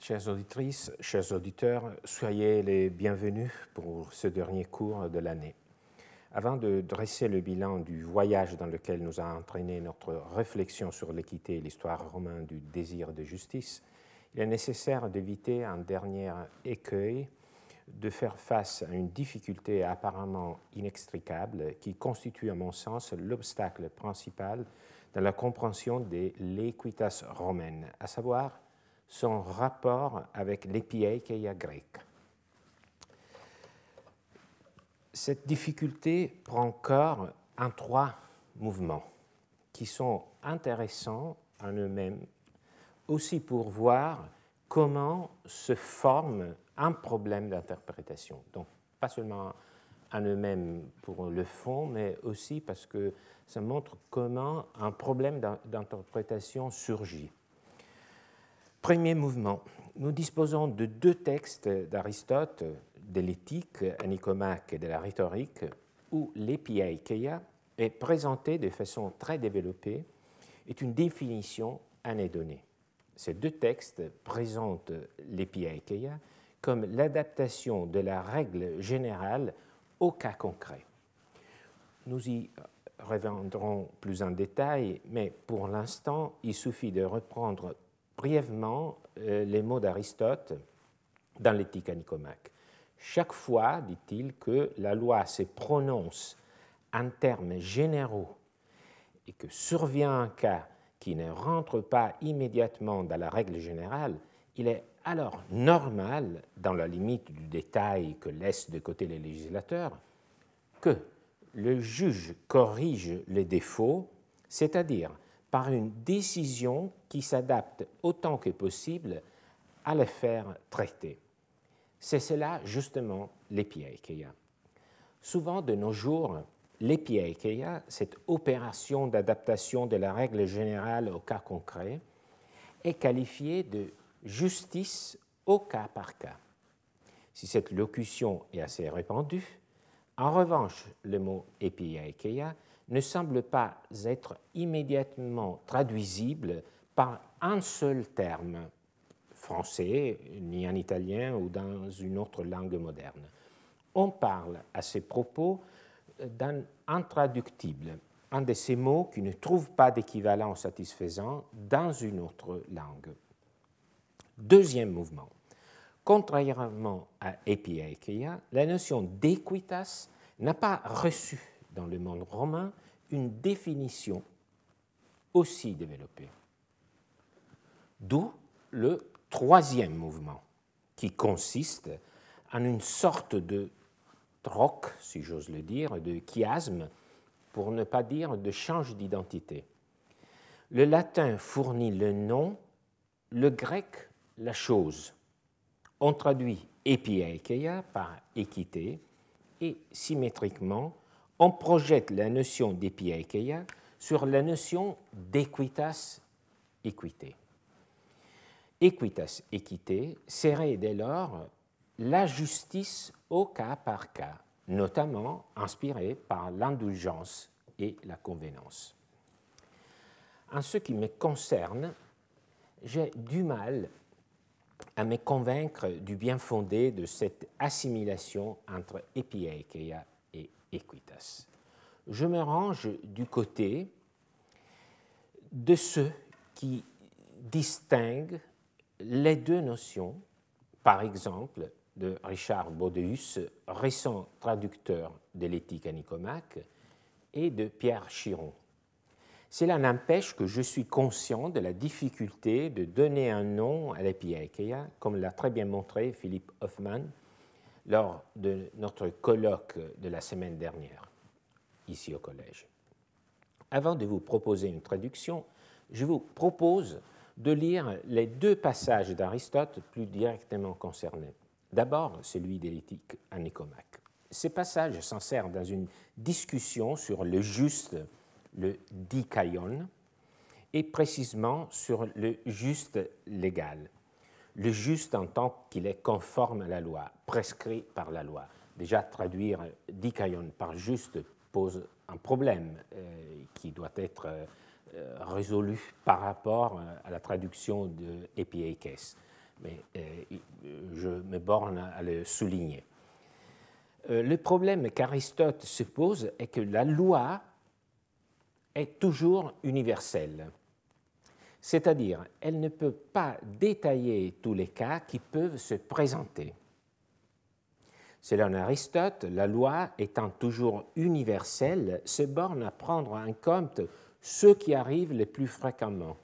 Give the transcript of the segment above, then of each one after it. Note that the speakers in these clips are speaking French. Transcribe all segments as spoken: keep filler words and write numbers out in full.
Chères auditrices, chers auditeurs, soyez les bienvenus pour ce dernier cours de l'année. Avant de dresser le bilan du voyage dans lequel nous a entraîné notre réflexion sur l'équité et l'histoire romaine du désir de justice, il est nécessaire d'éviter un dernier écueil, de faire face à une difficulté apparemment inextricable qui constitue, à mon sens, l'obstacle principal dans la compréhension de l'equitas romaine, à savoir son rapport avec l'epieikeia grecque. Cette difficulté prend corps en trois mouvements qui sont intéressants en eux-mêmes, aussi pour voir comment se forme un problème d'interprétation. Donc, pas seulement en eux-mêmes pour le fond, mais aussi parce que ça montre comment un problème d'interprétation surgit. Premier mouvement. Nous disposons de deux textes d'Aristote, de l'éthique à Nicomaque et de la rhétorique, où l'epieikeia est présentée de façon très développée et une définition en est donnée. Ces deux textes présentent l'epieikeia comme l'adaptation de la règle générale au cas concret. Nous y reviendrons plus en détail, mais pour l'instant, il suffit de reprendre brièvement euh, les mots d'Aristote dans l'éthique à Nicomaque. Chaque fois, dit-il, que la loi se prononce en termes généraux et que survient un cas qui ne rentre pas immédiatement dans la règle générale, il est alors normal, dans la limite du détail que laissent de côté les législateurs, que le juge corrige les défauts, c'est-à-dire par une décision qui s'adapte autant que possible à l'affaire traitée. C'est cela justement l'epieikeia. Souvent de nos jours, l'epieikeia, cette opération d'adaptation de la règle générale au cas concret, est qualifiée de justice au cas par cas. Si cette locution est assez répandue, en revanche, le mot epieikeia ne semble pas être immédiatement traduisible par un seul terme, français, ni en italien ou dans une autre langue moderne. On parle à ces propos d'un intraductible, un de ces mots qui ne trouve pas d'équivalent satisfaisant dans une autre langue. Deuxième mouvement. Contrairement à epieikeia, la notion d'equitas n'a pas reçu dans le monde romain une définition aussi développée. D'où le troisième mouvement, qui consiste en une sorte de troc, si j'ose le dire, de chiasme, pour ne pas dire de change d'identité. Le latin fournit le nom, le grec la chose. On traduit epieikeia par équité et symétriquement, on projette la notion d'epieikeia sur la notion d'equitas, équité. Equitas, équité, serait dès lors la justice au cas par cas, notamment inspirée par l'indulgence et la convenance. En ce qui me concerne, j'ai du mal à me convaincre du bien fondé de cette assimilation entre epieikeia et equitas. Je me range du côté de ceux qui distinguent les deux notions, par exemple de Richard Bodeus, récent traducteur de l'éthique à Nicomaque, et de Pierre Chiron. Cela n'empêche que je suis conscient de la difficulté de donner un nom à l'epieikeia, comme l'a très bien montré Philippe Hoffmann lors de notre colloque de la semaine dernière, ici au collège. Avant de vous proposer une traduction, je vous propose de lire les deux passages d'Aristote plus directement concernés. D'abord, celui de l'éthique à Nicomaque. Ces passages s'insèrent dans une discussion sur le juste, le dikaion, et précisément sur le juste légal. Le juste en tant qu'il est conforme à la loi, prescrit par la loi. Déjà, traduire dikaion par juste pose un problème euh, qui doit être euh, résolu par rapport à la traduction de epieikes. mais euh, je me borne à le souligner. Euh, le problème qu'Aristote se pose est que la loi est toujours universelle. C'est-à-dire, elle ne peut pas détailler tous les cas qui peuvent se présenter. Selon Aristote, la loi étant toujours universelle, se borne à prendre en compte ce qui arrive le plus fréquemment.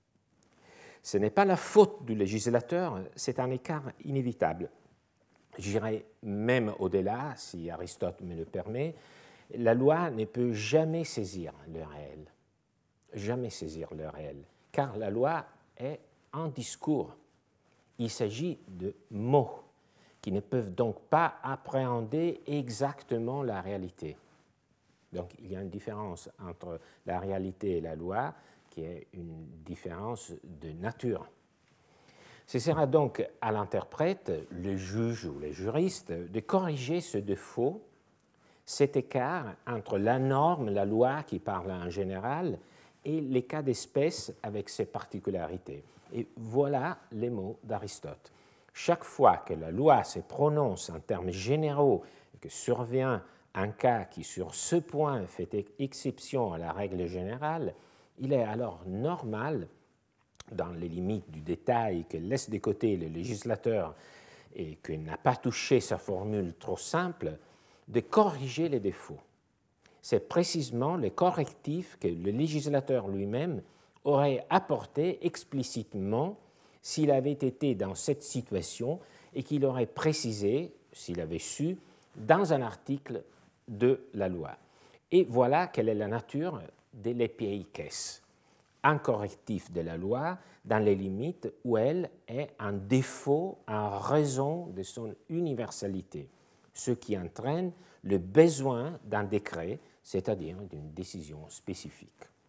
Ce n'est pas la faute du législateur, c'est un écart inévitable. J'irai même au-delà, si Aristote me le permet, la loi ne peut jamais saisir le réel. Jamais saisir le réel. Car la loi est un discours. Il s'agit de mots qui ne peuvent donc pas appréhender exactement la réalité. Donc il y a une différence entre la réalité et la loi qui est une différence de nature. Ce sera donc à l'interprète, le juge ou le juriste, de corriger ce défaut, cet écart entre la norme, la loi qui parle en général, et les cas d'espèce avec ses particularités. Et voilà les mots d'Aristote. Chaque fois que la loi se prononce en termes généraux et que survient un cas qui, sur ce point, fait exception à la règle générale, il est alors normal, dans les limites du détail que laisse de côté le législateur et qu'il n'a pas touché sa formule trop simple, de corriger les défauts. C'est précisément le correctif que le législateur lui-même aurait apporté explicitement s'il avait été dans cette situation et qu'il aurait précisé, s'il avait su, dans un article de la loi. Et voilà quelle est la nature de l'épieikès, un correctif de la loi dans les limites où elle est un défaut en raison de son universalité, ce qui entraîne le besoin d'un décret, c'est-à-dire d'une décision spécifique.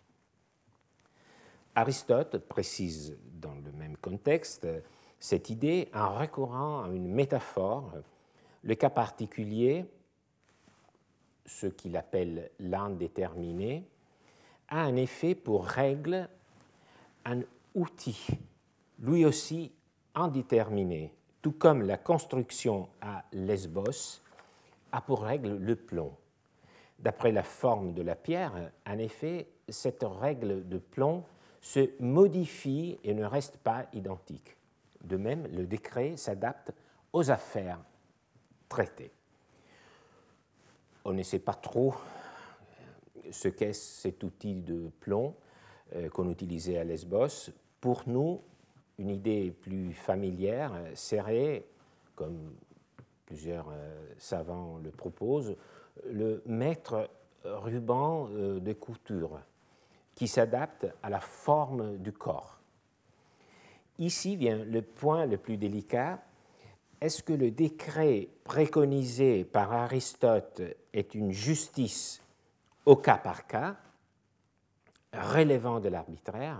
Aristote précise dans le même contexte cette idée en recourant à une métaphore, le cas particulier, ce qu'il appelle l'indéterminé, a un effet pour règle un outil, lui aussi indéterminé, tout comme la construction à Lesbos a pour règle le plomb. D'après la forme de la pierre, en effet, cette règle de plomb se modifie et ne reste pas identique. De même, le décret s'adapte aux affaires traitées. On ne sait pas trop ce qu'est cet outil de plomb euh, qu'on utilisait à Lesbos. Pour nous, une idée plus familière serait, comme plusieurs euh, savants le proposent, le mètre ruban euh, de couture qui s'adapte à la forme du corps. Ici vient le point le plus délicat. Est-ce que le décret préconisé par Aristote est une justice au cas par cas, relevant de l'arbitraire?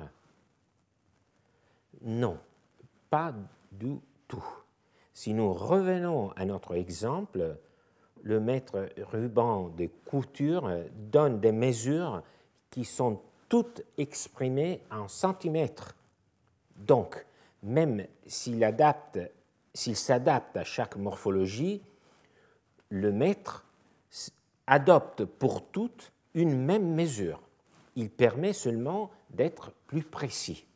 Non, pas du tout. Si nous revenons à notre exemple, le mètre ruban de couture donne des mesures qui sont toutes exprimées en centimètres. Donc, même s'il adapte, s'il s'adapte à chaque morphologie, le mètre adopte pour toutes une même mesure. Il permet seulement d'être plus précis.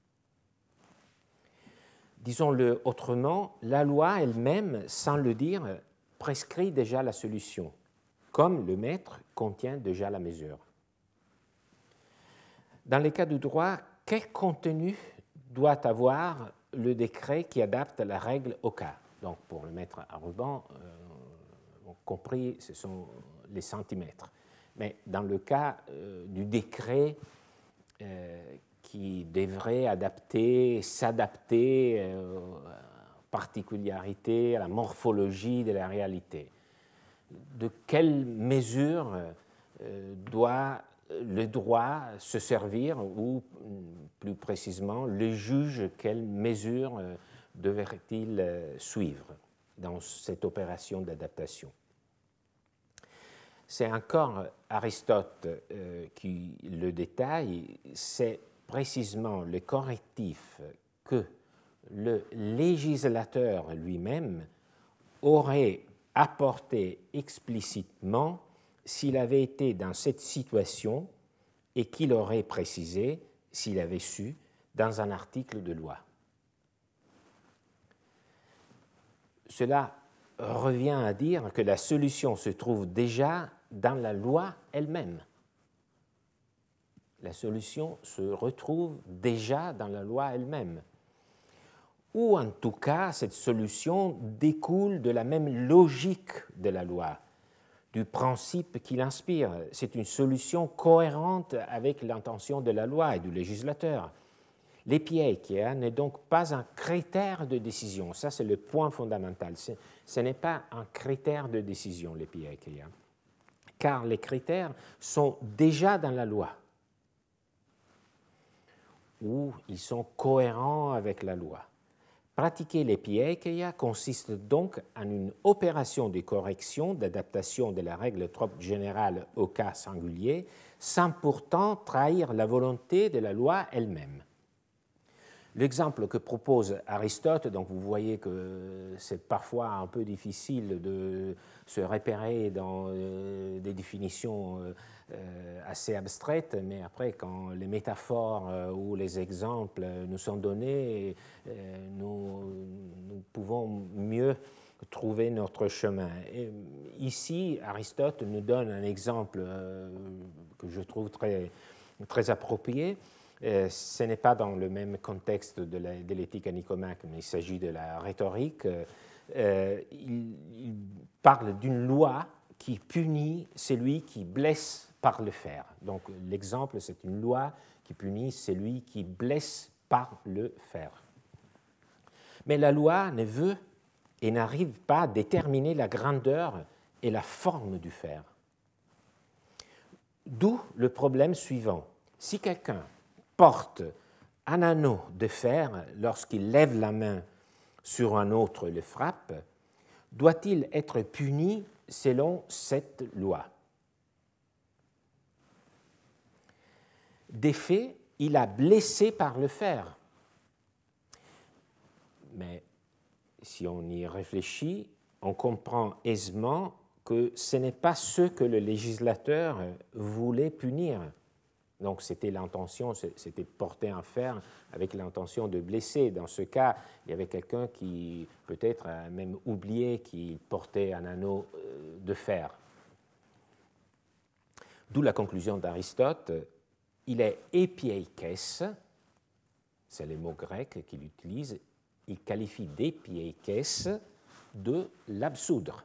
Disons-le autrement, la loi elle-même, sans le dire, prescrit déjà la solution, comme le mètre contient déjà la mesure. Dans les cas du droit, quel contenu doit avoir le décret qui adapte la règle au cas? Donc, pour le mètre à ruban, euh, compris, ce sont les centimètres. Mais dans le cas euh, du décret euh, qui devrait adapter, s'adapter euh, aux particularités, à la morphologie de la réalité, de quelle mesure euh, doit le droit se servir, ou plus précisément, le juge, quelle mesure euh, devrait-il euh, suivre dans cette opération d'adaptation? C'est encore Aristote euh, qui le détaille, c'est précisément le correctif que le législateur lui-même aurait apporté explicitement s'il avait été dans cette situation et qu'il aurait précisé s'il avait su dans un article de loi. Cela revient à dire que la solution se trouve déjà dans la loi elle-même. La solution se retrouve déjà dans la loi elle-même. Ou en tout cas, cette solution découle de la même logique de la loi, du principe qui l'inspire. C'est une solution cohérente avec l'intention de la loi et du législateur. L'épieikeia n'est donc pas un critère de décision. Ça, c'est le point fondamental. Ce n'est pas un critère de décision, l'épieikeia, car les critères sont déjà dans la loi, ou ils sont cohérents avec la loi. Pratiquer l'épieikeia consiste donc en une opération de correction, d'adaptation de la règle trop générale au cas singulier, sans pourtant trahir la volonté de la loi elle-même. L'exemple que propose Aristote, donc vous voyez que c'est parfois un peu difficile de se repérer dans euh, des définitions euh, assez abstraites, mais après, quand les métaphores euh, ou les exemples nous sont donnés, euh, nous, nous pouvons mieux trouver notre chemin. Et ici, Aristote nous donne un exemple euh, que je trouve très, très approprié. Euh, ce n'est pas dans le même contexte de, la, de l'éthique à Nicomachie, mais il s'agit de la rhétorique. Euh, il, il parle d'une loi qui punit celui qui blesse par le fer. Donc l'exemple, c'est une loi qui punit celui qui blesse par le fer. Mais la loi ne veut et n'arrive pas à déterminer la grandeur et la forme du fer. D'où le problème suivant. Si quelqu'un porte un anneau de fer lorsqu'il lève la main sur un autre et le frappe, doit-il être puni selon cette loi? D'effet, il a blessé par le fer. Mais si on y réfléchit, on comprend aisément que ce n'est pas ce que le législateur voulait punir. Donc c'était l'intention, c'était porter un fer avec l'intention de blesser. Dans ce cas, il y avait quelqu'un qui peut-être a même oublié qu'il portait un anneau de fer. D'où la conclusion d'Aristote, il est épieikes, c'est les mots grecs qu'il utilise, il qualifie d'épieikes de l'absoudre.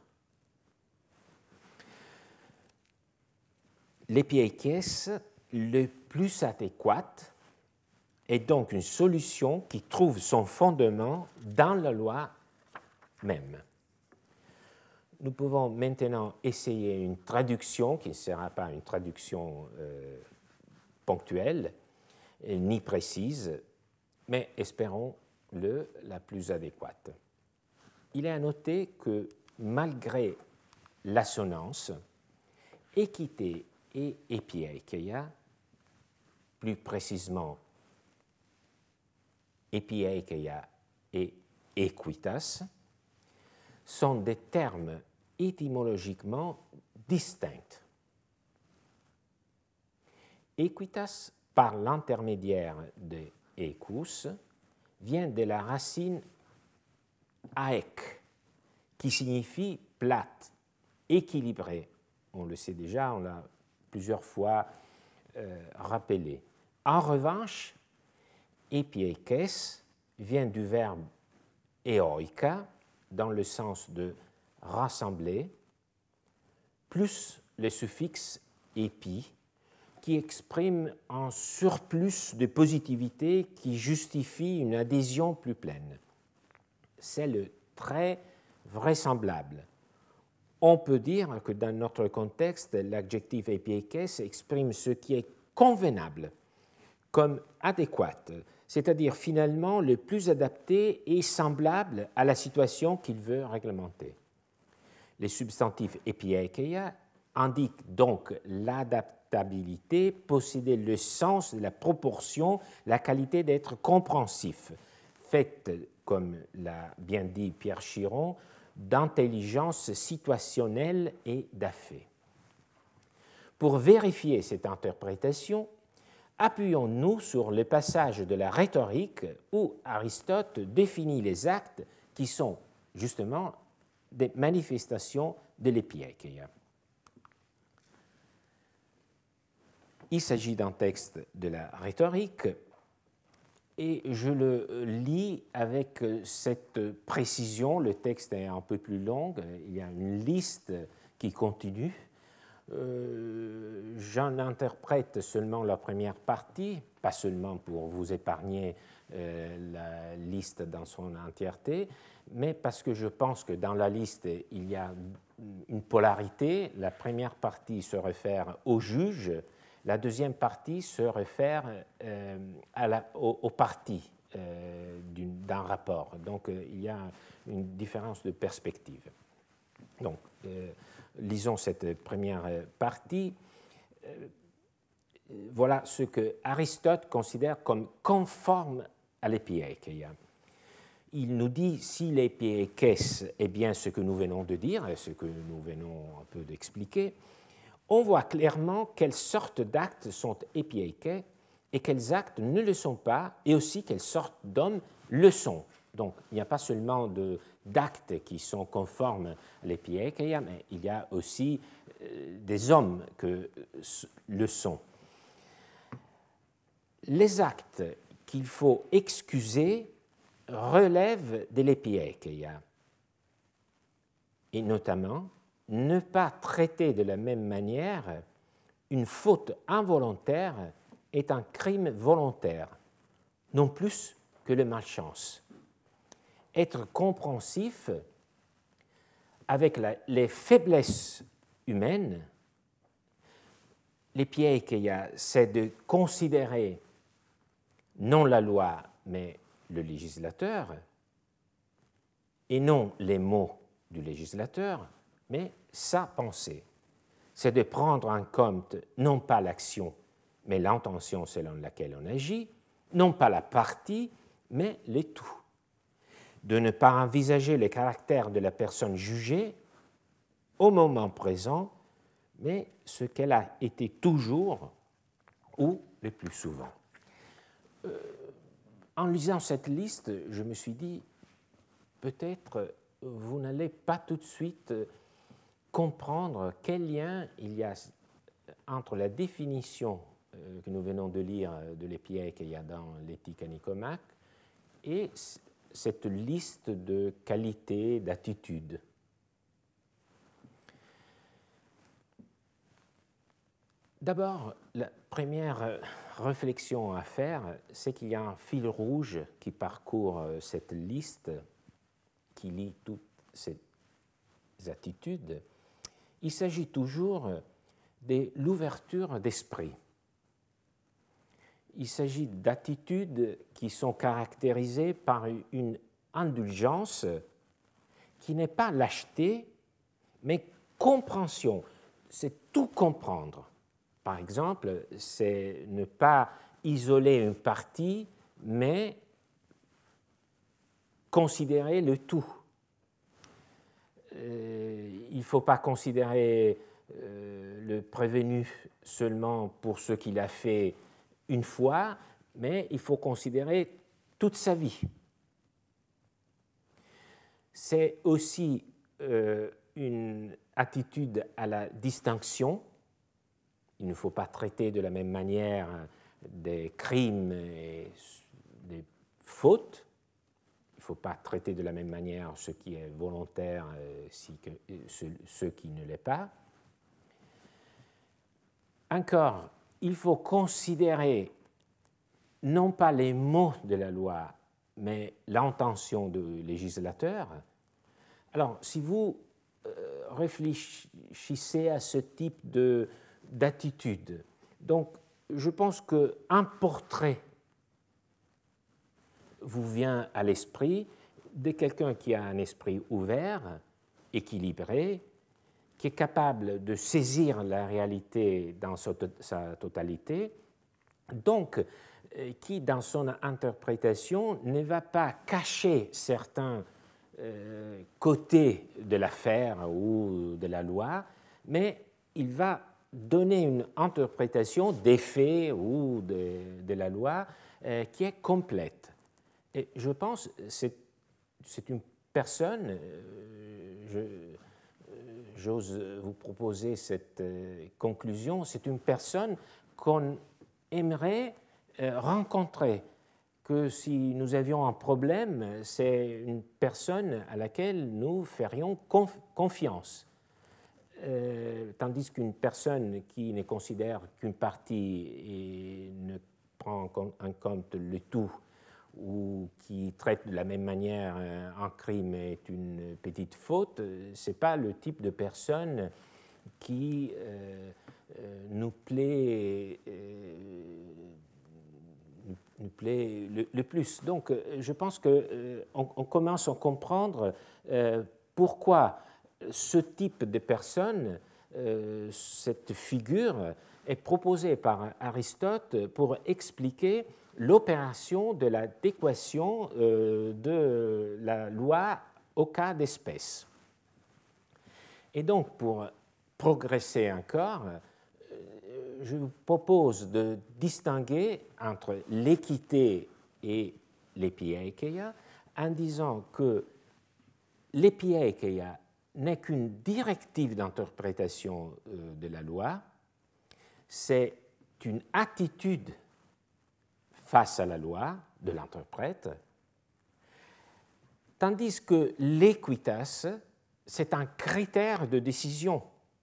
L'épieikes le plus adéquate est donc une solution qui trouve son fondement dans la loi même. Nous pouvons maintenant essayer une traduction qui ne sera pas une traduction euh, ponctuelle ni précise, mais espérons-le la plus adéquate. Il est à noter que malgré l'assonance, équité et épieikeia, plus précisément épieikeia et equitas, sont des termes étymologiquement distincts. Equitas, par l'intermédiaire de ecus, vient de la racine aec, qui signifie plate, équilibrée. On le sait déjà, on l'a plusieurs fois euh, rappelé. En revanche, épieikes vient du verbe eoika, dans le sens de rassembler, plus le suffixe épi, qui exprime un surplus de positivité qui justifie une adhésion plus pleine. C'est le très vraisemblable. On peut dire que dans notre contexte, l'adjectif épieikes exprime ce qui est convenable comme adéquat, c'est-à-dire finalement le plus adapté et semblable à la situation qu'il veut réglementer. Les substantifs épieikeia indiquent donc l'adaptabilité, posséder le sens de la proportion, la qualité d'être compréhensif. faite, comme l'a bien dit Pierre Chiron, d'intelligence situationnelle et d'affaires. Pour vérifier cette interprétation, appuyons-nous sur le passage de la rhétorique où Aristote définit les actes qui sont justement des manifestations de l'épieikeia. Il s'agit d'un texte de la rhétorique et je le lis avec cette précision. Le texte est un peu plus long, il y a une liste qui continue. Euh, j'en interprète seulement la première partie, pas seulement pour vous épargner euh, la liste dans son entièreté, mais parce que je pense que dans la liste, il y a une polarité. La première partie se réfère au juge, la deuxième partie se réfère euh, à la, au, au parti euh, d'un rapport. Donc, euh, il y a une différence de perspective. Donc, euh, lisons cette première partie. Euh, voilà ce que Aristote considère comme conforme à l'épieikeia. Il nous dit si l'épieikes est bien ce que nous venons de dire, et ce que nous venons un peu d'expliquer, on voit clairement quelles sortes d'actes sont épieikes et quels actes ne le sont pas, et aussi quelles sortes d'hommes le sont. Donc, il n'y a pas seulement de, d'actes qui sont conformes à l'épieikeia, mais il y a aussi euh, des hommes que euh, le sont. Les actes qu'il faut excuser relèvent de l'épieikeia, et notamment ne pas traiter de la même manière une faute involontaire est un crime volontaire, non plus que le malchance. Être compréhensif avec la, les faiblesses humaines, l'épieikeia, c'est de considérer non la loi, mais le législateur, et non les mots du législateur, mais sa pensée. C'est de prendre en compte non pas l'action, mais l'intention selon laquelle on agit, non pas la partie, mais le tout. De ne pas envisager le caractère de la personne jugée au moment présent, mais ce qu'elle a été toujours ou le plus souvent. Euh, en lisant cette liste, je me suis dit, peut-être vous n'allez pas tout de suite comprendre quel lien il y a entre la définition que nous venons de lire de l'épieikeia dans l'Éthique à Nicomaque et cette liste de qualités, d'attitudes. D'abord, la première réflexion à faire, c'est qu'il y a un fil rouge qui parcourt cette liste, qui lie toutes ces attitudes. Il s'agit toujours de l'ouverture d'esprit. Il s'agit d'attitudes qui sont caractérisées par une indulgence qui n'est pas lâcheté, mais compréhension. C'est tout comprendre. Par exemple, c'est ne pas isoler une partie, mais considérer le tout. Euh, il ne faut pas considérer euh, le prévenu seulement pour ce qu'il a fait une fois, mais il faut considérer toute sa vie. C'est aussi euh, une attitude à la distinction. Il ne faut pas traiter de la même manière des crimes et des fautes. Il ne faut pas traiter de la même manière ce qui est volontaire et ce qui ne l'est pas. Encore, il faut considérer non pas les mots de la loi, mais l'intention du législateur. Alors, si vous euh, réfléchissez à ce type de, d'attitude, donc je pense qu'un portrait vous vient à l'esprit de quelqu'un qui a un esprit ouvert, équilibré, qui est capable de saisir la réalité dans sa totalité. Donc, qui, dans son interprétation, ne va pas cacher certains euh, côtés de l'affaire ou de la loi, mais il va donner une interprétation des faits ou de, de la loi euh, qui est complète. Et je pense que c'est, c'est une personne, euh, je, euh, j'ose vous proposer cette euh, conclusion, c'est une personne qu'on aimerait euh, rencontrer, que si nous avions un problème, c'est une personne à laquelle nous ferions conf- confiance. Euh, tandis qu'une personne qui ne considère qu'une partie et ne prend en compte le tout, ou qui traite de la même manière un crime est une petite faute, ce n'est pas le type de personne qui euh, euh, nous plaît, euh, nous plaît le, le plus. Donc je pense qu'on euh, on commence à comprendre euh, pourquoi ce type de personne, euh, cette figure, est proposée par Aristote pour expliquer l'opération de l'adéquation euh, de la loi au cas d'espèce. Et donc, pour progresser encore, euh, je vous propose de distinguer entre l'équité et l'épiaikeia en disant que l'épiaikeia n'est qu'une directive d'interprétation euh, de la loi, c'est une attitude face à la loi de l'interprète, tandis que l'équitas, c'est un critère de décision.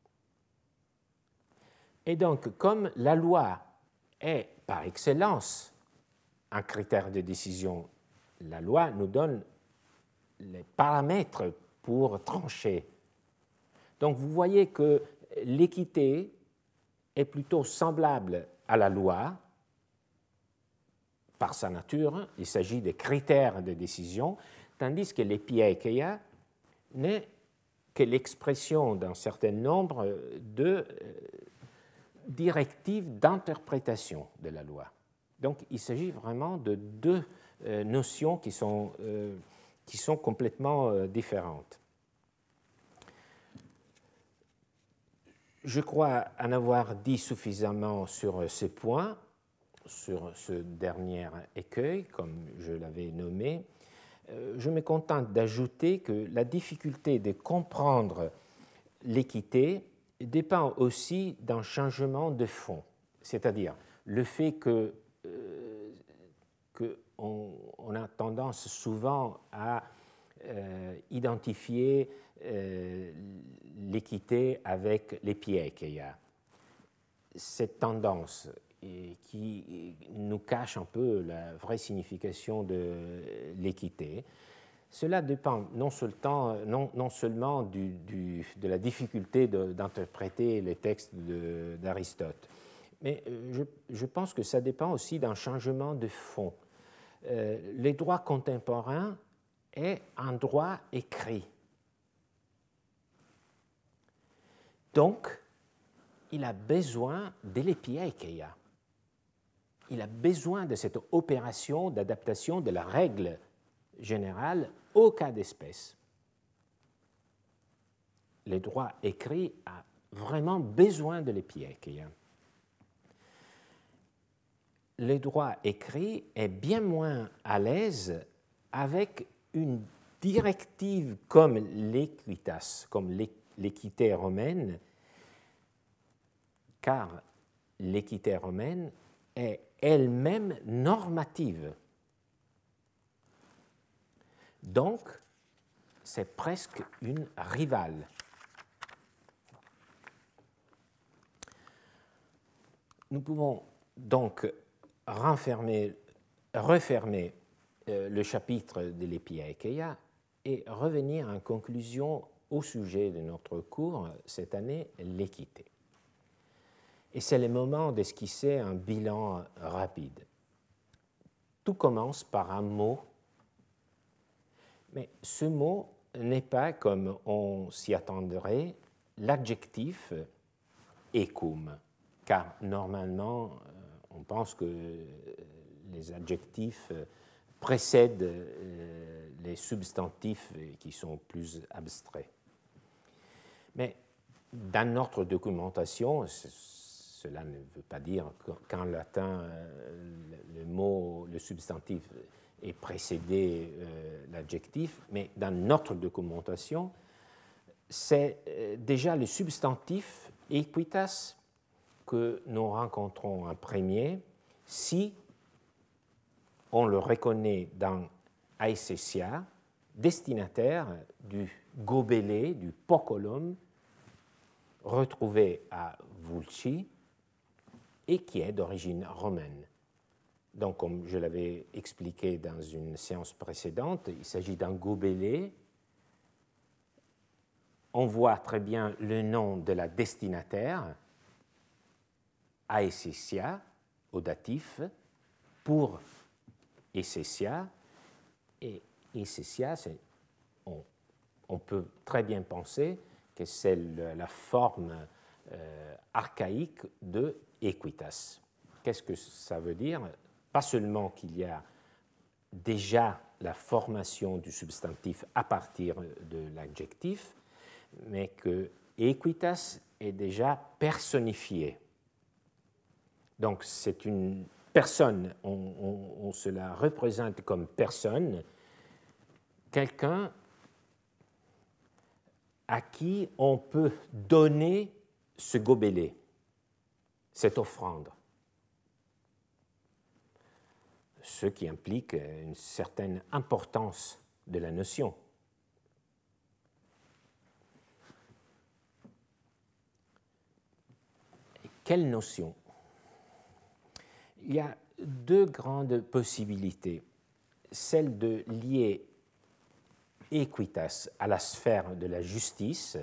Et donc, comme la loi est par excellence un critère de décision, la loi nous donne les paramètres pour trancher. Donc vous voyez que l'équité est plutôt semblable à la loi par sa nature, il s'agit des critères de décision, tandis que l'épiaikeia n'est que l'expression d'un certain nombre de directives d'interprétation de la loi. Donc il s'agit vraiment de deux notions qui sont, qui sont complètement différentes. Je crois en avoir dit suffisamment sur ces points, sur ce dernier écueil, comme je l'avais nommé. Je me contente d'ajouter que la difficulté de comprendre l'équité dépend aussi d'un changement de fond, c'est-à-dire le fait que, euh, que on, on a tendance souvent à euh, identifier euh, l'équité avec l'épiaikeia. Cette tendance qui nous cache un peu la vraie signification de l'équité, cela dépend non seulement, non, non seulement du, du, de la difficulté de, d'interpréter les textes de, d'Aristote, mais je, je pense que ça dépend aussi d'un changement de fond. Euh, les droits contemporains est un droit écrit. Donc, il a besoin de l'épiaikeia. Il a besoin de cette opération d'adaptation de la règle générale au cas d'espèce. Le droit écrit a vraiment besoin de l'épiaikeia. Le droit écrit est bien moins à l'aise avec une directive comme l'équitas, comme l'équité romaine, car l'équité romaine est elle-même normative. Donc, c'est presque une rivale. Nous pouvons donc renfermer, refermer euh, le chapitre de l'épiaikeia et revenir en conclusion au sujet de notre cours cette année, l'équité. Et c'est le moment d'esquisser un bilan rapide. Tout commence par un mot, mais ce mot n'est pas, comme on s'y attendrait, l'adjectif ecum, car normalement, on pense que les adjectifs précèdent euh, les substantifs qui sont plus abstraits. Mais dans notre documentation, cela ne veut pas dire qu'en latin, le mot, le substantif est précédé euh, l'adjectif, mais dans notre documentation, c'est euh, déjà le substantif equitas que nous rencontrons en premier si on le reconnaît dans aesesia, destinataire du gobelet, du pocolum, retrouvé à Vulci et qui est d'origine romaine. Donc, comme je l'avais expliqué dans une séance précédente, il s'agit d'un gobelet. On voit très bien le nom de la destinataire, aesesia, au datif, pour aesesia. Et aesesia, on, on peut très bien penser que c'est la forme euh, archaïque de equitas. Qu'est-ce que ça veut dire? Pas seulement qu'il y a déjà la formation du substantif à partir de l'adjectif, mais que equitas est déjà personnifié. Donc c'est une personne, on, on, on se la représente comme personne, quelqu'un à qui on peut donner ce gobelet, cette offrande. Ce qui implique une certaine importance de la notion. Quelle notion? Il y a deux grandes possibilités. Celle de lier equitas à la sphère de la justice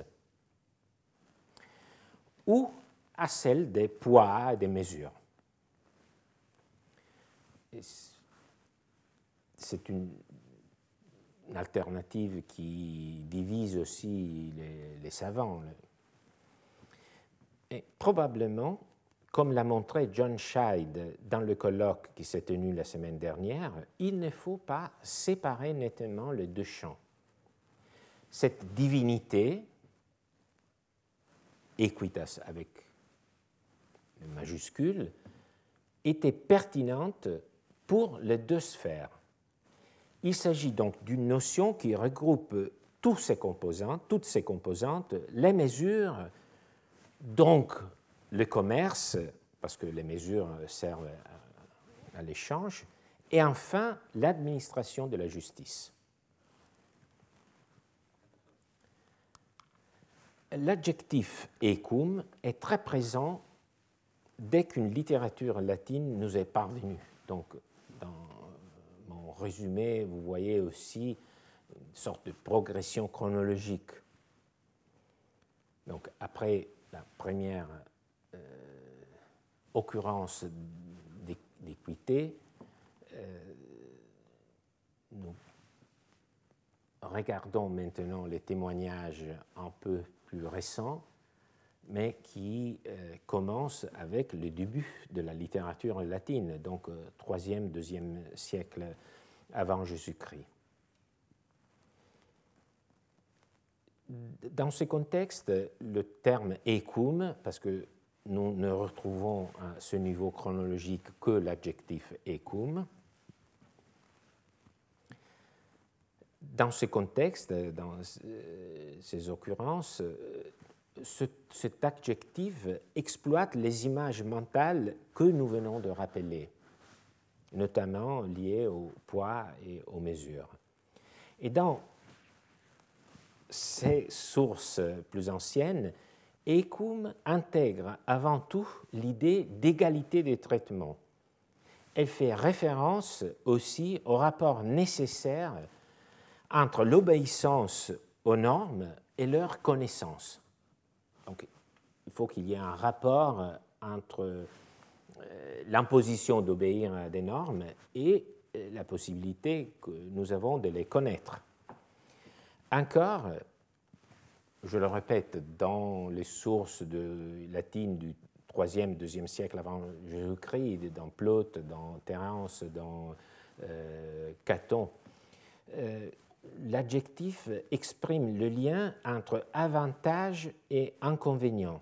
ou à celle des poids et des mesures. C'est une, une alternative qui divise aussi les, les savants. Et probablement, comme l'a montré John Scheid dans le colloque qui s'est tenu la semaine dernière, il ne faut pas séparer nettement les deux champs. Cette divinité, equitas avec le majuscule, était pertinente pour les deux sphères. Il s'agit donc d'une notion qui regroupe tous ces composants, toutes ces composantes, les mesures, donc le commerce, parce que les mesures servent à, à l'échange, et enfin l'administration de la justice. L'adjectif ecum est très présent dès qu'une littérature latine nous est parvenue. Donc, dans mon résumé, vous voyez aussi une sorte de progression chronologique. Donc, après la première euh, occurrence d'équité, euh, nous regardons maintenant les témoignages un peu plus récents, mais qui euh, commencent avec le début de la littérature latine, donc euh, troisième, deuxième siècle avant Jésus-Christ. Dans ce contexte, le terme ecum, parce que nous ne retrouvons à ce niveau chronologique que l'adjectif ecum, dans ce contexte, dans ces occurrences, ce, cet adjectif exploite les images mentales que nous venons de rappeler, notamment liées au poids et aux mesures. Et dans ces sources plus anciennes, ecum intègre avant tout l'idée d'égalité de traitement. Elle fait référence aussi au rapport nécessaire entre l'obéissance aux normes et leur connaissance. Donc, il faut qu'il y ait un rapport entre l'imposition d'obéir à des normes et la possibilité que nous avons de les connaître. Encore, je le répète, dans les sources de latines du troisième, deuxième siècle avant Jésus-Christ, dans Plaute, dans Terence, dans euh, Caton. Euh, L'adjectif exprime le lien entre avantage et inconvénient,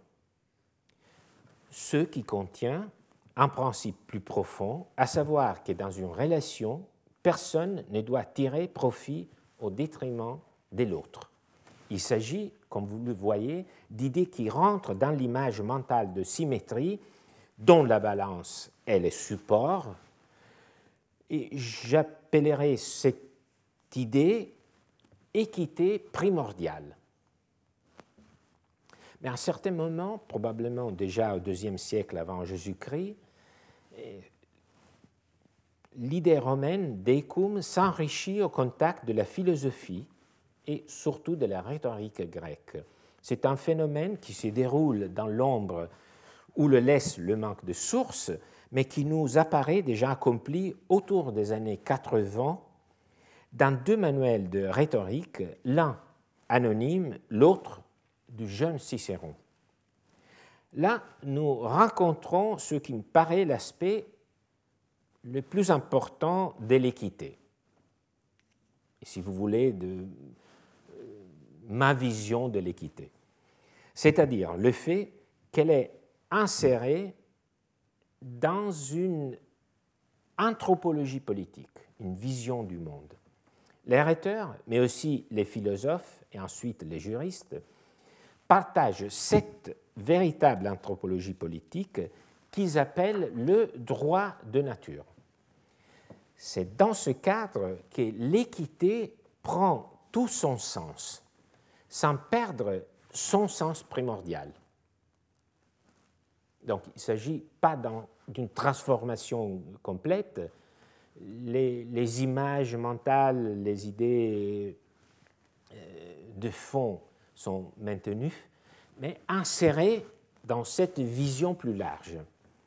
ce qui contient un principe plus profond, à savoir que dans une relation, personne ne doit tirer profit au détriment de l'autre. Il s'agit, comme vous le voyez, d'idées qui rentrent dans l'image mentale de symétrie dont la balance est le support. Et j'appellerai cette idée équité primordiale. Mais à un certain moment, probablement déjà au deuxième siècle avant Jésus-Christ, l'idée romaine d'écum s'enrichit au contact de la philosophie et surtout de la rhétorique grecque. C'est un phénomène qui se déroule dans l'ombre où le laisse le manque de sources, mais qui nous apparaît déjà accompli autour des années quatre-vingts dans deux manuels de rhétorique, l'un anonyme, l'autre du jeune Cicéron. Là, nous rencontrons ce qui me paraît l'aspect le plus important de l'équité. Et si vous voulez, de ma vision de l'équité. C'est-à-dire le fait qu'elle est insérée dans une anthropologie politique, une vision du monde. Les rhéteurs, mais aussi les philosophes et ensuite les juristes, partagent cette véritable anthropologie politique qu'ils appellent le droit de nature. C'est dans ce cadre que l'équité prend tout son sens, sans perdre son sens primordial. Donc, il ne s'agit pas d'une transformation complète. Les, les images mentales, les idées de fond sont maintenues, mais insérées dans cette vision plus large.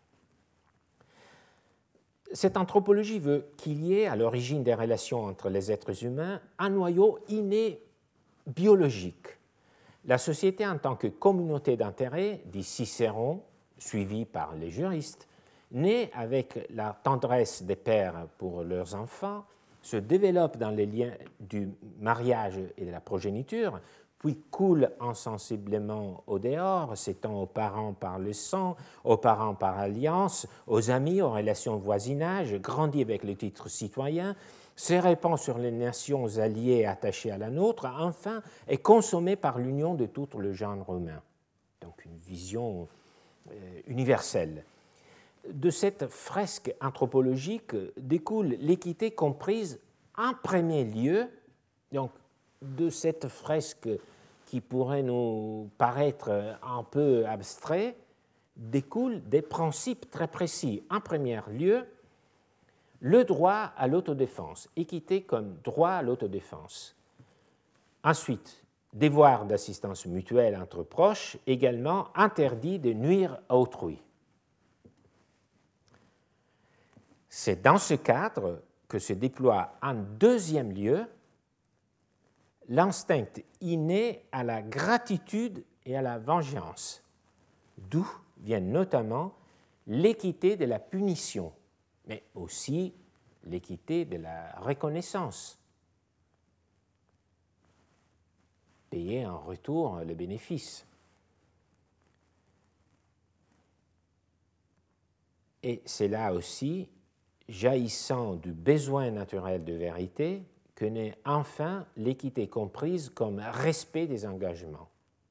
Cette anthropologie veut qu'il y ait, à l'origine des relations entre les êtres humains, un noyau inné biologique. La société en tant que communauté d'intérêts, dit Cicéron, suivi par les juristes, née avec la tendresse des pères pour leurs enfants, se développe dans les liens du mariage et de la progéniture, puis coule insensiblement au dehors, s'étend aux parents par le sang, aux parents par alliance, aux amis, aux relations de voisinage, grandit avec le titre citoyen, se répand sur les nations alliées attachées à la nôtre, enfin est consommé par l'union de tout le genre humain. Donc une vision euh, universelle. De cette fresque anthropologique découle l'équité comprise en premier lieu, donc de cette fresque qui pourrait nous paraître un peu abstrait, découlent des principes très précis. En premier lieu, le droit à l'autodéfense, équité comme droit à l'autodéfense. Ensuite, devoir d'assistance mutuelle entre proches, également interdit de nuire à autrui. C'est dans ce cadre que se déploie en deuxième lieu l'instinct inné à la gratitude et à la vengeance, d'où vient notamment l'équité de la punition, mais aussi l'équité de la reconnaissance. Payer en retour le bénéfice. Et c'est là aussi, jaillissant du besoin naturel de vérité, que naît enfin l'équité comprise comme respect des engagements.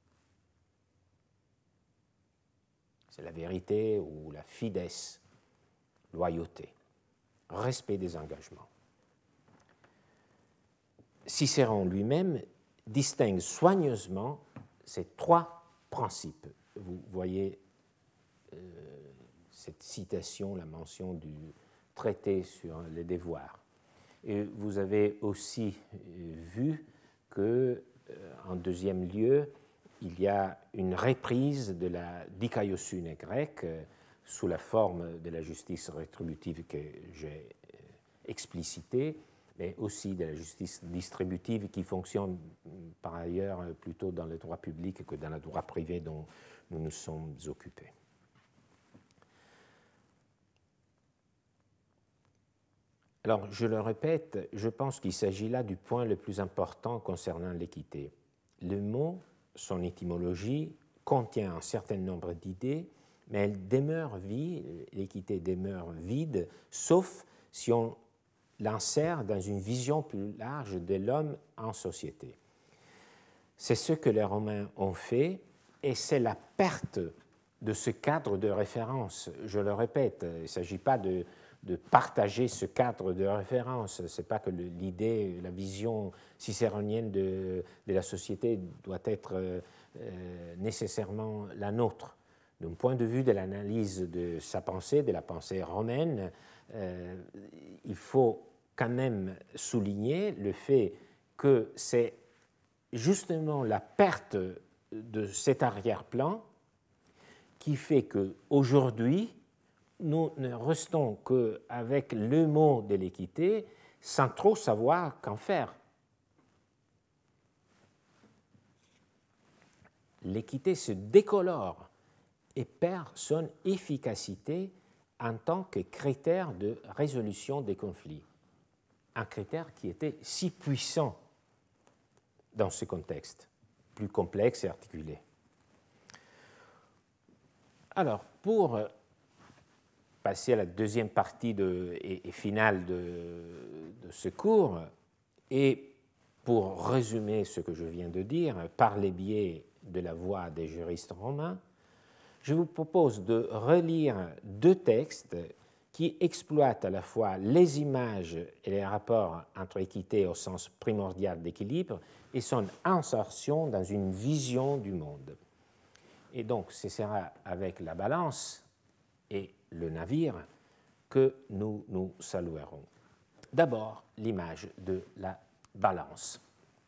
C'est la vérité ou la fides, loyauté, respect des engagements. Cicéron lui-même distingue soigneusement ces trois principes. Vous voyez euh, cette citation, la mention du traité sur les devoirs. Et vous avez aussi vu que, en deuxième lieu, il y a une reprise de la dikaiosune grecque sous la forme de la justice rétributive que j'ai explicitée, mais aussi de la justice distributive qui fonctionne par ailleurs plutôt dans le droit public que dans le droit privé dont nous nous sommes occupés. Alors, je le répète, je pense qu'il s'agit là du point le plus important concernant l'équité. Le mot, son étymologie, contient un certain nombre d'idées, mais elle demeure vide, l'équité demeure vide, sauf si on l'insère dans une vision plus large de l'homme en société. C'est ce que les Romains ont fait, et c'est la perte de ce cadre de référence. Je le répète, il ne s'agit pas de, de partager ce cadre de référence. Ce n'est pas que l'idée, la vision cicéronienne de, de la société doit être euh, nécessairement la nôtre. D'un point de vue de l'analyse de sa pensée, de la pensée romaine, euh, il faut quand même souligner le fait que c'est justement la perte de cet arrière-plan qui fait qu'aujourd'hui, nous ne restons qu'avec le mot de l'équité sans trop savoir qu'en faire. L'équité se décolore et perd son efficacité en tant que critère de résolution des conflits. Un critère qui était si puissant dans ce contexte, plus complexe et articulé. Alors, pour passer à la deuxième partie de, et, et finale de, de ce cours, et pour résumer ce que je viens de dire, par les biais de la voix des juristes romains, je vous propose de relire deux textes qui exploitent à la fois les images et les rapports entre équité au sens primordial d'équilibre et son insertion dans une vision du monde. Et donc, ce sera avec la balance et le navire que nous nous saluerons. D'abord, l'image de la balance.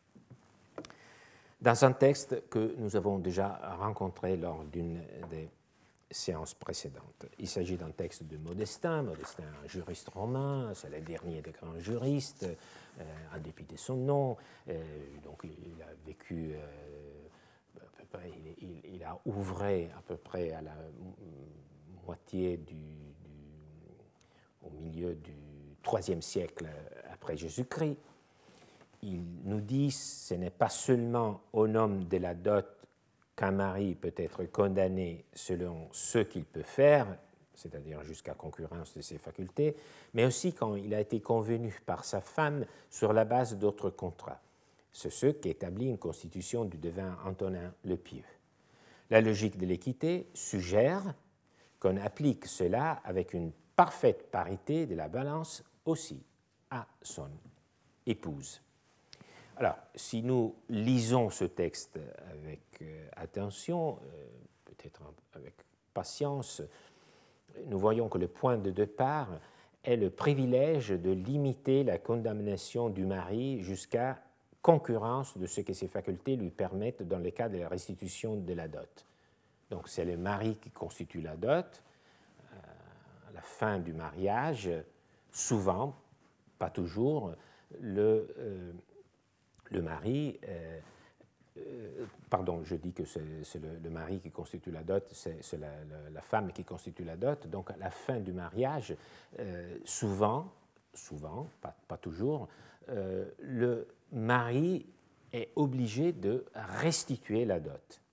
Dans un texte que nous avons déjà rencontré lors d'une des séances précédentes. Il s'agit d'un texte de Modestin. Modestin, un juriste romain, c'est le dernier des grands juristes, euh, en dépit de son nom. Euh, donc, il a vécu, euh, à peu près, il, il, il a ouvré à peu près à la moitié du, du au milieu du troisième siècle après Jésus-Christ. Il nous dit que ce n'est pas seulement au nom de la dot qu'un mari peut être condamné selon ce qu'il peut faire, c'est-à-dire jusqu'à concurrence de ses facultés, mais aussi quand il a été convenu par sa femme sur la base d'autres contrats. C'est ce qu'établit une constitution du devin Antonin le Pieux. La logique de l'équité suggère qu'on applique cela avec une parfaite parité de la balance aussi à son épouse. Alors, si nous lisons ce texte avec euh, attention, euh, peut-être avec patience, nous voyons que le point de départ est le privilège de limiter la condamnation du mari jusqu'à concurrence de ce que ses facultés lui permettent dans le cas de la restitution de la dot. Donc, c'est le mari qui constitue la dot. Euh, à la fin du mariage, souvent, pas toujours, le... Euh, Le mari, euh, euh, pardon, je dis que c'est le, le mari qui constitue la dot, c'est la, la, la femme qui constitue la dot. Donc, à la fin du mariage, euh, souvent, souvent, pas, pas toujours, euh, le mari est obligé de restituer la dot.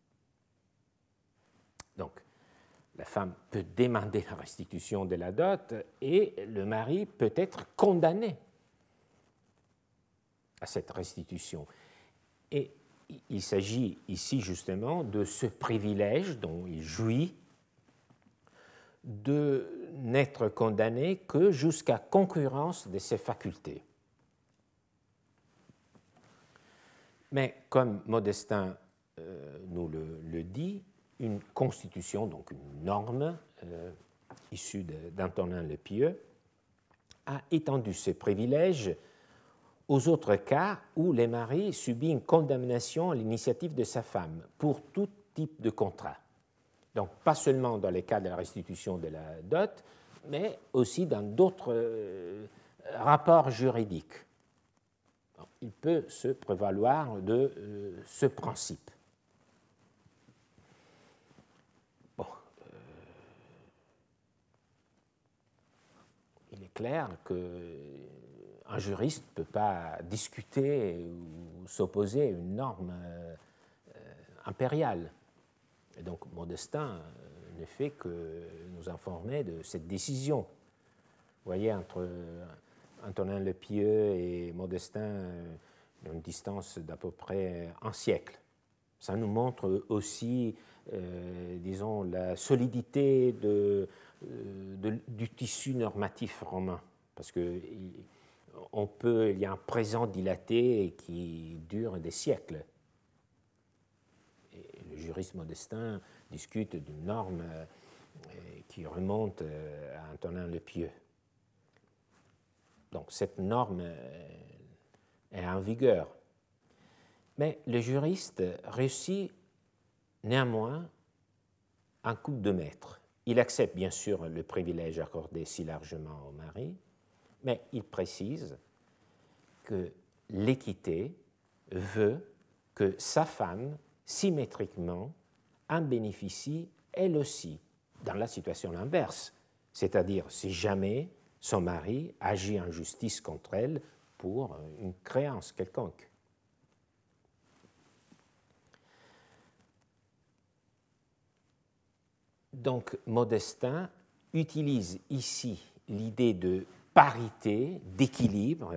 Donc, la femme peut demander la restitution de la dot et le mari peut être condamné à cette restitution. Et il s'agit ici justement de ce privilège dont il jouit de n'être condamné que jusqu'à concurrence de ses facultés. Mais comme Modestin euh, nous le, le dit, une constitution, donc une norme euh, issue d'Antonin le Pieux, a étendu ce privilège aux autres cas où le mari subit une condamnation à l'initiative de sa femme pour tout type de contrat. Donc, pas seulement dans les cas de la restitution de la dot, mais aussi dans d'autres euh, rapports juridiques. Donc, il peut se prévaloir de euh, ce principe. Bon, euh, il est clair qu'un juriste ne peut pas discuter ou s'opposer à une norme euh, impériale. Et donc Modestin euh, ne fait que nous informer de cette décision. Vous voyez, entre Antonin le Pieux et Modestin, euh, une distance d'à peu près un siècle. Ça nous montre aussi, euh, disons, la solidité de, de, du tissu normatif romain, parce que on peut, il y a un présent dilaté qui dure des siècles. Et le juriste Modestin discute d'une norme euh, qui remonte à Antonin le Pieux. Donc cette norme euh, est en vigueur. Mais le juriste réussit néanmoins un coup de maître. Il accepte bien sûr le privilège accordé si largement au mari, mais il précise que l'équité veut que sa femme, symétriquement, en bénéficie elle aussi, dans la situation inverse, c'est-à-dire si jamais son mari agit en justice contre elle pour une créance quelconque. Donc, Modestin utilise ici l'idée de parité, d'équilibre,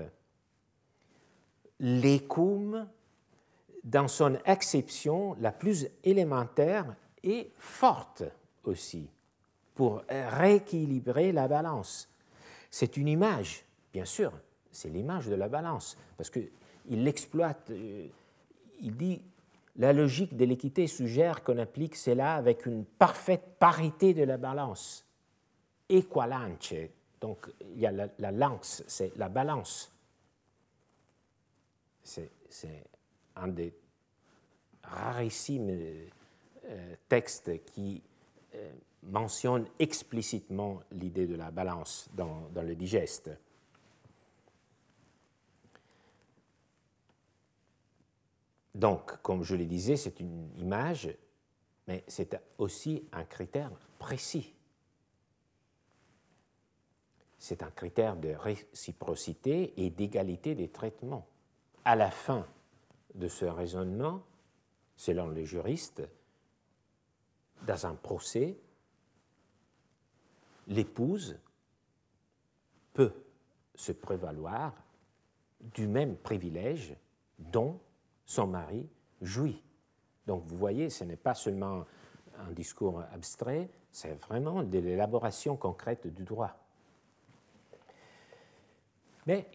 l'écume dans son acception la plus élémentaire et forte aussi, pour rééquilibrer la balance. C'est une image, bien sûr, c'est l'image de la balance, parce qu'il l'exploite, il dit la logique de l'équité suggère qu'on applique cela avec une parfaite parité de la balance. Equalance, donc il y a la, la lance, c'est la balance. C'est, c'est un des rarissimes euh, textes qui euh, mentionne explicitement l'idée de la balance dans, dans le digeste. Donc, comme je le disais, c'est une image, mais c'est aussi un critère précis. C'est un critère de réciprocité et d'égalité des traitements. À la fin de ce raisonnement, selon les juristes, dans un procès, l'épouse peut se prévaloir du même privilège dont son mari jouit. Donc vous voyez, ce n'est pas seulement un discours abstrait, c'est vraiment de l'élaboration concrète du droit. Mais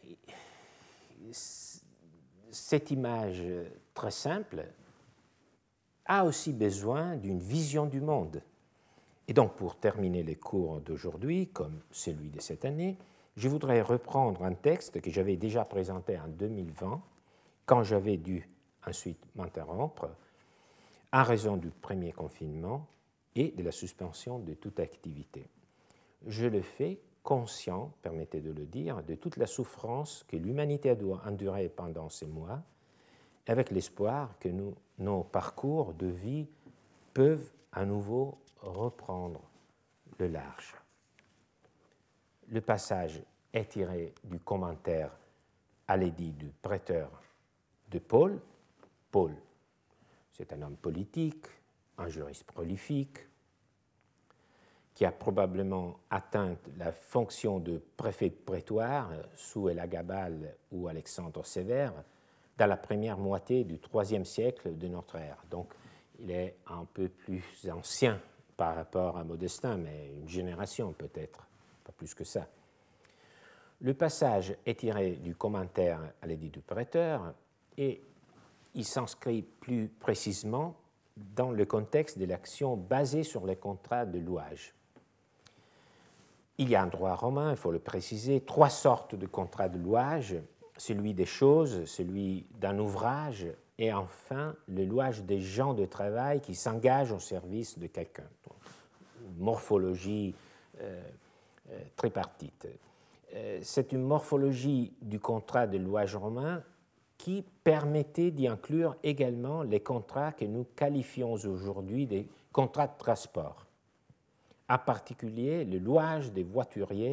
cette image très simple a aussi besoin d'une vision du monde. Et donc, pour terminer les cours d'aujourd'hui, comme celui de cette année, je voudrais reprendre un texte que j'avais déjà présenté en deux mille vingt, quand j'avais dû ensuite m'interrompre, en raison du premier confinement et de la suspension de toute activité. Je le fais conscient, permettez de le dire, de toute la souffrance que l'humanité doit endurer pendant ces mois, avec l'espoir que nous, nos parcours de vie peuvent à nouveau reprendre le large. Le passage est tiré du commentaire à l'édit du prêteur de Paul. Paul, c'est un homme politique, un juriste prolifique, qui a probablement atteint la fonction de préfet de prétoire sous Elagabal ou Alexandre Sévère dans la première moitié du troisième siècle de notre ère. Donc, il est un peu plus ancien par rapport à Modestin, mais une génération peut-être, pas plus que ça. Le passage est tiré du commentaire à l'édit du prêteur et il s'inscrit plus précisément dans le contexte de l'action basée sur les contrats de louage. Il y a en droit romain, il faut le préciser, trois sortes de contrats de louage, celui des choses, celui d'un ouvrage et enfin le louage des gens de travail qui s'engagent au service de quelqu'un. Donc, une morphologie euh, euh, tripartite. Euh, c'est une morphologie du contrat de louage romain qui permettait d'y inclure également les contrats que nous qualifions aujourd'hui des contrats de transport, en particulier le louage des voituriers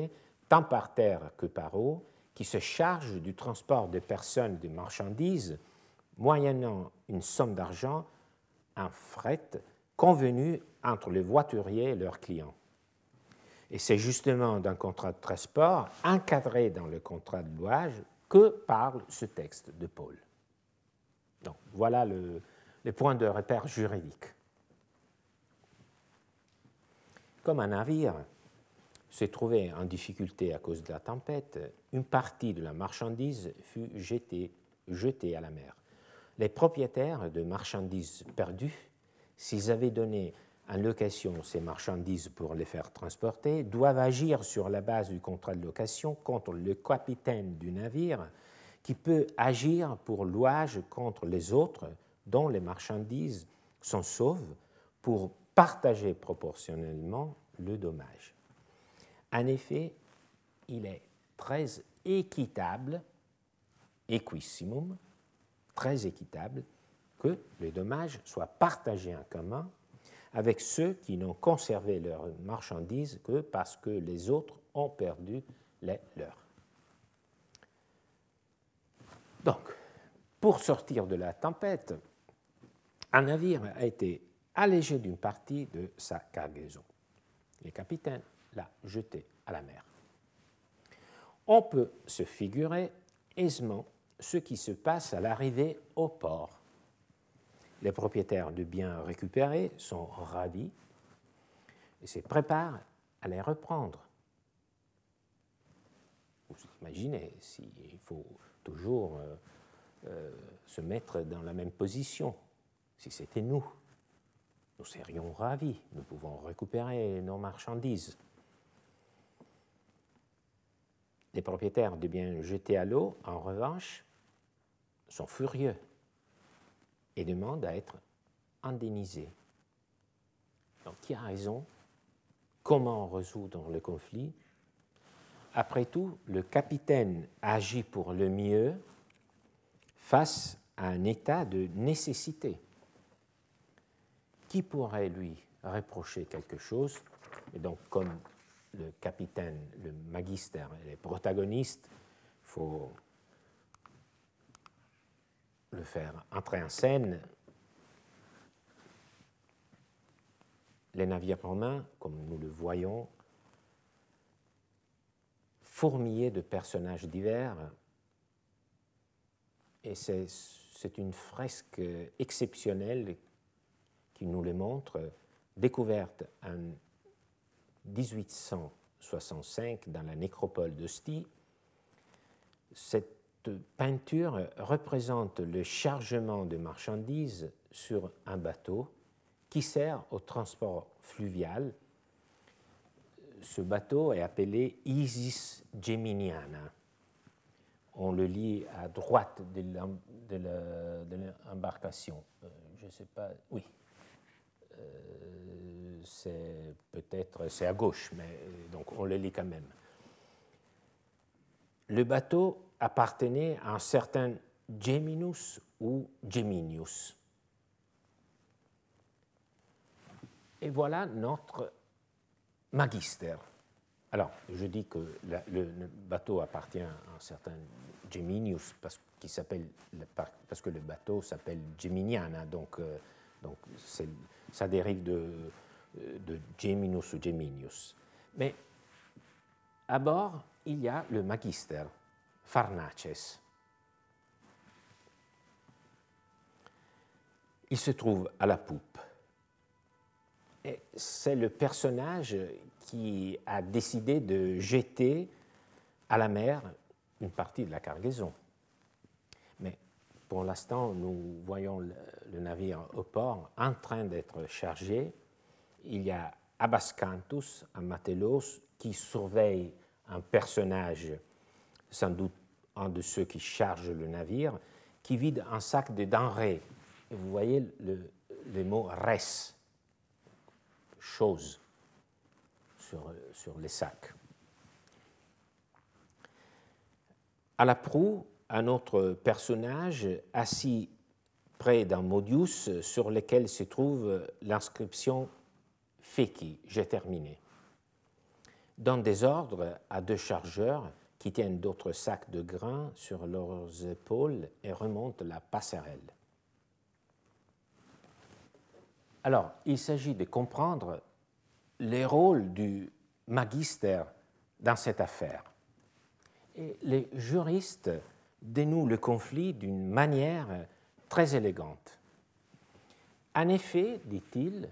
tant par terre que par eau, qui se charge du transport de personnes et de marchandises, moyennant une somme d'argent, un fret convenu entre les voituriers et leurs clients. Et c'est justement d'un contrat de transport encadré dans le contrat de louage que parle ce texte de Paul. Donc, voilà le, les points de repère juridique. Comme un navire s'est trouvé en difficulté à cause de la tempête, une partie de la marchandise fut jetée, jetée à la mer. Les propriétaires de marchandises perdues, s'ils avaient donné en location ces marchandises pour les faire transporter, doivent agir sur la base du contrat de location contre le capitaine du navire qui peut agir pour louage contre les autres dont les marchandises sont sauves pour partager proportionnellement le dommage. En effet, il est très équitable, equissimum, très équitable, que les dommages soient partagés en commun avec ceux qui n'ont conservé leurs marchandises que parce que les autres ont perdu les leurs. Donc, pour sortir de la tempête, un navire a été allégé d'une partie de sa cargaison. Le capitaine l'a jeté à la mer. On peut se figurer aisément ce qui se passe à l'arrivée au port. Les propriétaires de biens récupérés sont ravis et se préparent à les reprendre. Vous imaginez, s'il faut toujours euh, euh, se mettre dans la même position, si c'était nous, nous serions ravis, nous pouvons récupérer nos marchandises. Les propriétaires de biens jetés à l'eau, en revanche, sont furieux et demandent à être indemnisés. Donc, qui a raison? Comment résoudre le conflit? Après tout, le capitaine agit pour le mieux face à un état de nécessité. Qui pourrait lui reprocher quelque chose? Et donc, comme le capitaine, le magister et les protagonistes, il faut le faire entrer en scène. Les navires romains, comme nous le voyons, fourmillés de personnages divers, et c'est, c'est une fresque exceptionnelle qui nous le montre, découverte en dix-huit cent soixante-cinq dans la nécropole d'Ostie. Cette peinture représente le chargement de marchandises sur un bateau qui sert au transport fluvial. Ce bateau est appelé Isis Geminiana. On le lit à droite de l'embarcation. Euh, je ne sais pas, oui. Euh, c'est peut-être, c'est à gauche, mais donc on le lit quand même. Le bateau appartenait à un certain Geminus ou Geminius. Et voilà notre magister. Alors, je dis que la, le, le bateau appartient à un certain Geminius parce, qu'il s'appelle, parce que le bateau s'appelle Geminiana, donc, euh, donc c'est, ça dérive de, de Geminus ou Geminius. Mais à bord, il y a le magister, Pharnaces. Il se trouve à la poupe. Et c'est le personnage qui a décidé de jeter à la mer une partie de la cargaison. Mais pour l'instant, nous voyons le, le navire au port en train d'être chargé. Il y a Abascanthus, un matelos, qui surveille un personnage, sans doute un de ceux qui chargent le navire, qui vide un sac de denrées. Et vous voyez le, le mot res, chose, sur, sur les sacs. À la proue, un autre personnage assis près d'un modius sur lequel se trouve l'inscription Feci, j'ai terminé. donnent des ordres à deux chargeurs qui tiennent d'autres sacs de grains sur leurs épaules et remontent la passerelle. Alors, il s'agit de comprendre les rôles du magister dans cette affaire. Et les juristes dénouent le conflit d'une manière très élégante. En effet, dit-il,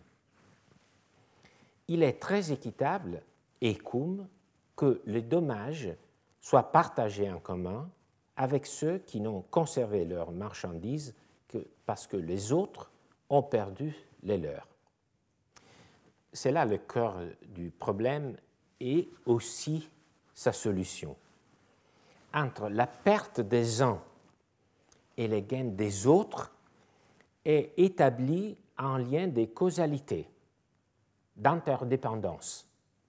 il est très équitable et cum que les dommages soient partagés en commun avec ceux qui n'ont conservé leurs marchandises que parce que les autres ont perdu les leurs. C'est là le cœur du problème et aussi sa solution. Entre la perte des uns et les gains des autres est établi un lien de causalité, d'interdépendance.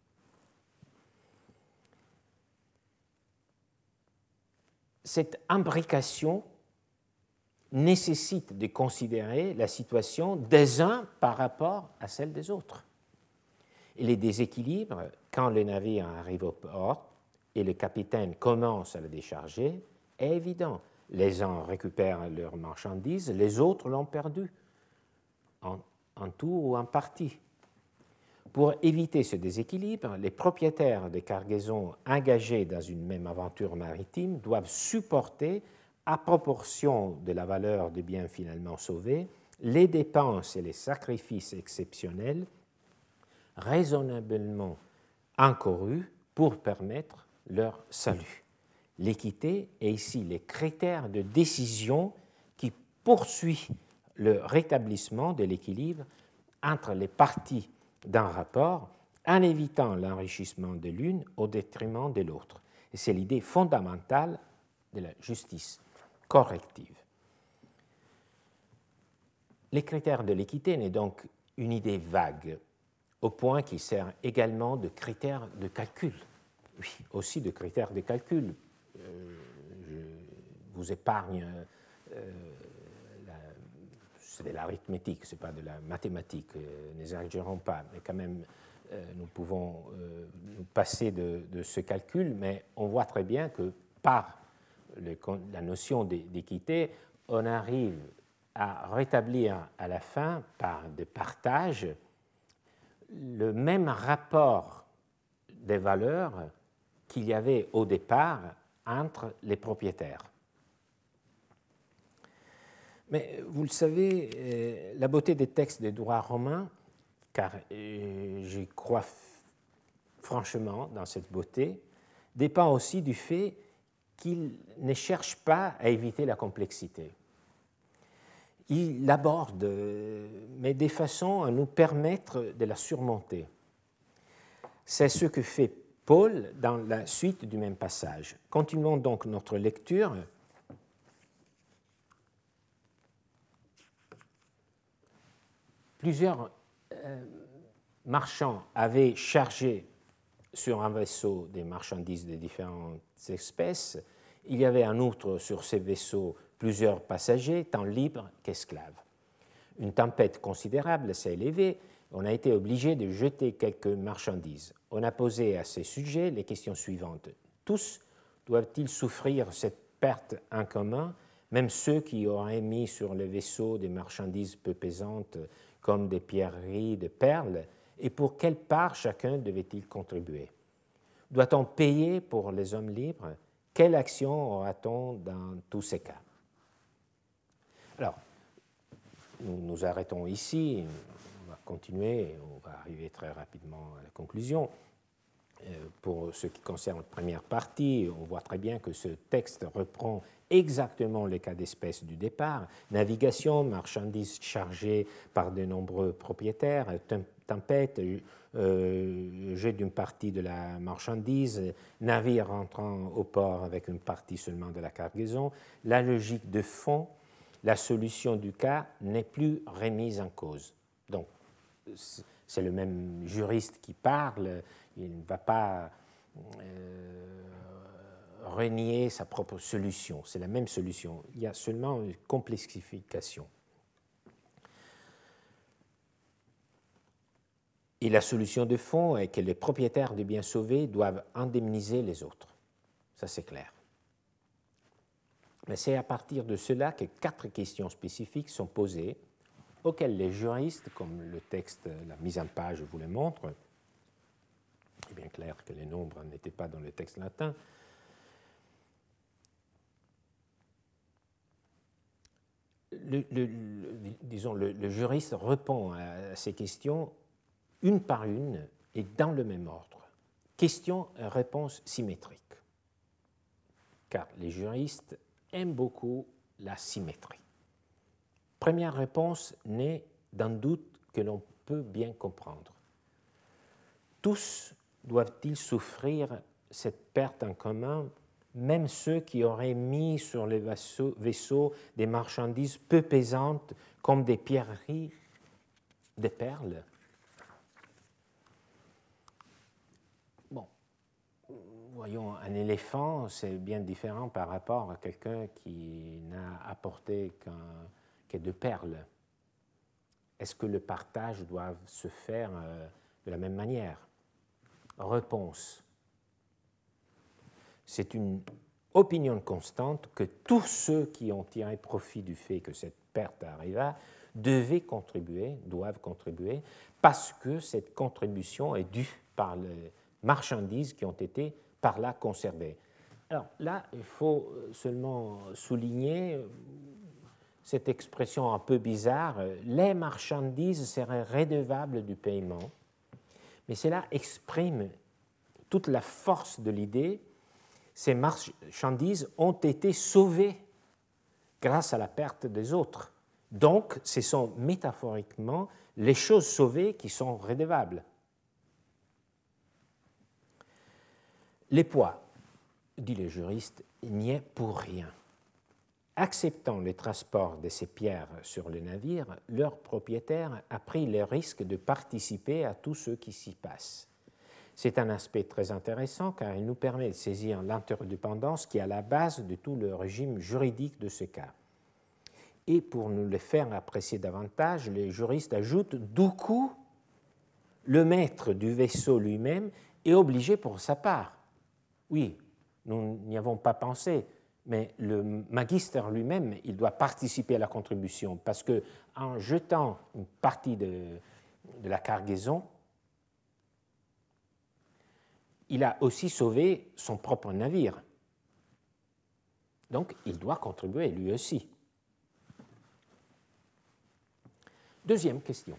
Cette imbrication nécessite de considérer la situation des uns par rapport à celle des autres. Et les déséquilibres, quand le navire arrive au port et le capitaine commence à le décharger, est évident. Les uns récupèrent leurs marchandises, les autres l'ont perdu, en, en tout ou en partie. Pour éviter ce déséquilibre, les propriétaires des cargaisons engagés dans une même aventure maritime doivent supporter, à proportion de la valeur des biens finalement sauvés, les dépenses et les sacrifices exceptionnels raisonnablement encourus pour permettre leur salut. L'équité est ici les critères de décision qui poursuit le rétablissement de l'équilibre entre les parties d'un rapport en évitant l'enrichissement de l'une au détriment de l'autre. Et c'est l'idée fondamentale de la justice corrective. Les critères de l'équité n'est donc une idée vague, au point qu'il sert également de critères de calcul. Oui, aussi de critères de calcul. Euh, je vous épargne, euh, la, c'est de l'arithmétique, ce n'est pas de la mathématique, euh, n'exagérons pas, mais quand même, euh, nous pouvons euh, nous passer de, de ce calcul, mais on voit très bien que par le, la notion d'équité, on arrive à rétablir à la fin, par des partages, le même rapport des valeurs qu'il y avait au départ entre les propriétaires. Mais vous le savez, la beauté des textes des droits romains, car j'y crois franchement dans cette beauté, dépend aussi du fait qu'ils ne cherchent pas à éviter la complexité. Ils l'abordent, mais de façon à nous permettre de la surmonter. C'est ce que fait Paul dans la suite du même passage. Continuons donc notre lecture. Plusieurs euh, marchands avaient chargé sur un vaisseau des marchandises de différentes espèces. Il y avait en outre sur ces vaisseaux plusieurs passagers, tant libres qu'esclaves. Une tempête considérable s'est élevée. On a été obligé de jeter quelques marchandises. On a posé à ces sujets les questions suivantes. Tous doivent-ils souffrir cette perte en commun, même ceux qui auraient mis sur le vaisseau des marchandises peu pesantes comme des pierreries, des perles, et pour quelle part chacun devait-il contribuer? Doit-on payer pour les hommes libres? Quelle action aura-t-on dans tous ces cas? Alors, nous nous arrêtons ici, on va continuer, on va arriver très rapidement à la conclusion. Pour ce qui concerne la première partie, on voit très bien que ce texte reprend exactement le cas d'espèce du départ. Navigation, marchandises chargées par de nombreux propriétaires, tempête, euh, jet d'une partie de la marchandise, navire rentrant au port avec une partie seulement de la cargaison. La logique de fond, la solution du cas n'est plus remise en cause. Donc, c'est le même juriste qui parle, il ne va pas euh, renier sa propre solution, c'est la même solution, il y a seulement une complexification. Et la solution de fond est que les propriétaires des biens sauvés doivent indemniser les autres. Ça, c'est clair. Mais c'est à partir de cela que quatre questions spécifiques sont posées, auxquelles les juristes, comme le texte, la mise en page vous le montre, il est bien clair que les nombres n'étaient pas dans le texte latin, le, le, le, disons, le, le juriste répond à ces questions une par une et dans le même ordre. Question-réponse symétrique. Car les juristes aiment beaucoup la symétrie. Première réponse naît d'un doute que l'on peut bien comprendre. Tous doivent-ils souffrir cette perte en commun, même ceux qui auraient mis sur les vaisseaux, vaisseaux des marchandises peu pesantes comme des pierreries, des perles? Bon, voyons, un éléphant, c'est bien différent par rapport à quelqu'un qui n'a apporté qu'un, que de perles. Est-ce que le partage doit se faire de la même manière? Réponse. C'est une opinion constante que tous ceux qui ont tiré profit du fait que cette perte arriva devaient contribuer, doivent contribuer, parce que cette contribution est due par les marchandises qui ont été par là conservées. Alors là, il faut seulement souligner cette expression un peu bizarre, les marchandises seraient redevables du paiement, mais cela exprime toute la force de l'idée. Ces marchandises ont été sauvées grâce à la perte des autres. Donc, ce sont métaphoriquement les choses sauvées qui sont redevables. Les poids, dit le juriste, n'y est pour rien. Acceptant le transport de ces pierres sur le navire, leur propriétaire a pris le risque de participer à tout ce qui s'y passe. C'est un aspect très intéressant car il nous permet de saisir l'interdépendance qui est à la base de tout le régime juridique de ce cas. Et pour nous le faire apprécier davantage, les juristes ajoutent du coup, le maître du vaisseau lui-même est obligé pour sa part. Oui, nous n'y avons pas pensé, mais le magister lui-même, il doit participer à la contribution parce qu'en jetant une partie de, de la cargaison, il a aussi sauvé son propre navire. Donc, il doit contribuer lui aussi. Deuxième question.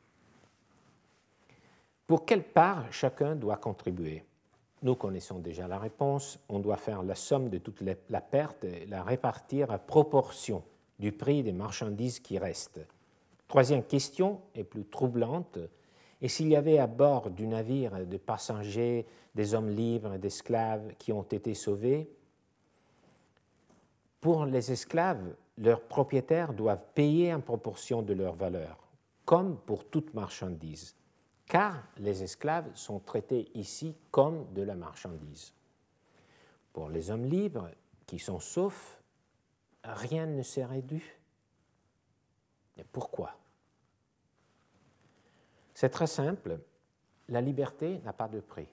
Pour quelle part chacun doit contribuer? Nous connaissons déjà la réponse. On doit faire la somme de toute la perte et la répartir à proportion du prix des marchandises qui restent. Troisième question est plus troublante. Et s'il y avait à bord du navire des passagers, des hommes libres et d'esclaves qui ont été sauvés, pour les esclaves, leurs propriétaires doivent payer en proportion de leur valeur, comme pour toute marchandise, car les esclaves sont traités ici comme de la marchandise. Pour les hommes libres qui sont saufs, rien ne serait dû. Et pourquoi? C'est très simple, la liberté n'a pas de prix.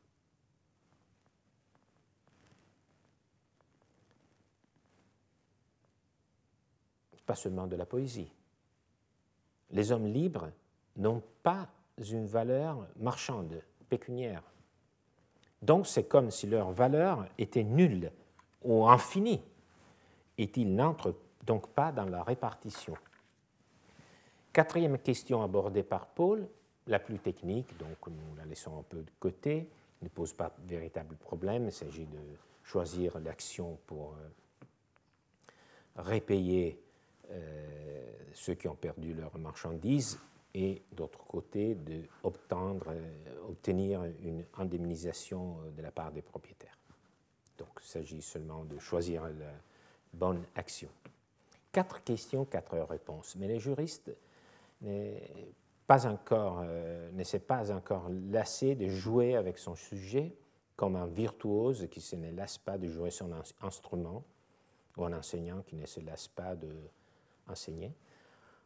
Pas seulement de la poésie. Les hommes libres n'ont pas une valeur marchande, pécuniaire. Donc c'est comme si leur valeur était nulle ou infinie, et ils n'entrent donc pas dans la répartition. Quatrième question abordée par Paul, la plus technique, donc nous la laissons un peu de côté, ne pose pas de véritable problème, il s'agit de choisir l'action pour euh, répayer euh, ceux qui ont perdu leurs marchandises et d'autre côté d'obtenir euh, obtenir une indemnisation de la part des propriétaires. Donc il s'agit seulement de choisir la bonne action. Quatre questions, quatre réponses, mais les juristes n'est pas encore, euh, ne s'est pas encore lassé de jouer avec son sujet comme un virtuose qui se ne lasse pas de jouer son instrument ou un enseignant qui ne se lasse pas d'enseigner.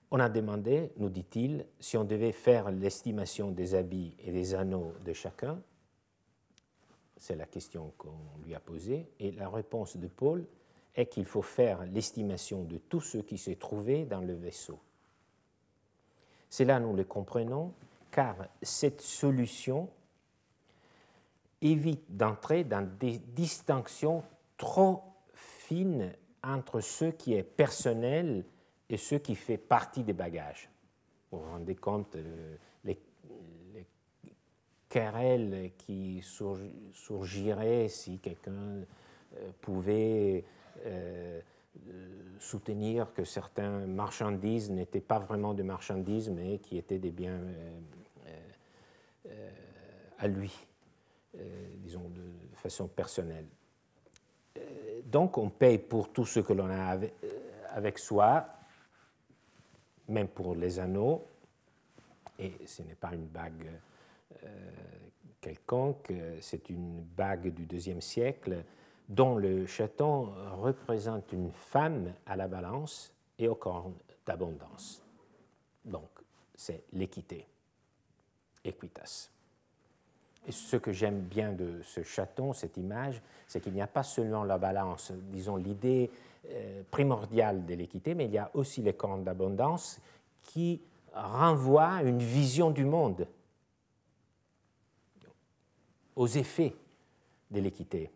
On a demandé, nous dit-il, si on devait faire l'estimation des habits et des anneaux de chacun. C'est la question qu'on lui a posée. Et la réponse de Paul est qu'il faut faire l'estimation de tout ce qui s'est trouvé dans le vaisseau. C'est là nous le comprenons, car cette solution évite d'entrer dans des distinctions trop fines entre ce qui est personnel et ce qui fait partie des bagages. Vous vous rendez compte, euh, les, les querelles qui surgiraient si quelqu'un euh, pouvait euh, soutenir que certaines marchandises n'étaient pas vraiment des marchandises, mais qui étaient des biens euh, euh, à lui, euh, disons de façon personnelle. Euh, donc on paye pour tout ce que l'on a avec, euh, avec soi, même pour les anneaux, et ce n'est pas une bague euh, quelconque, c'est une bague du deuxième siècle dont le chaton représente une femme à la balance et au cornes d'abondance. Donc, c'est l'équité, equitas. Et ce que j'aime bien de ce chaton, cette image, c'est qu'il n'y a pas seulement la balance, disons l'idée euh, primordiale de l'équité, mais il y a aussi les cornes d'abondance qui renvoient à une vision du monde, aux effets de l'équité.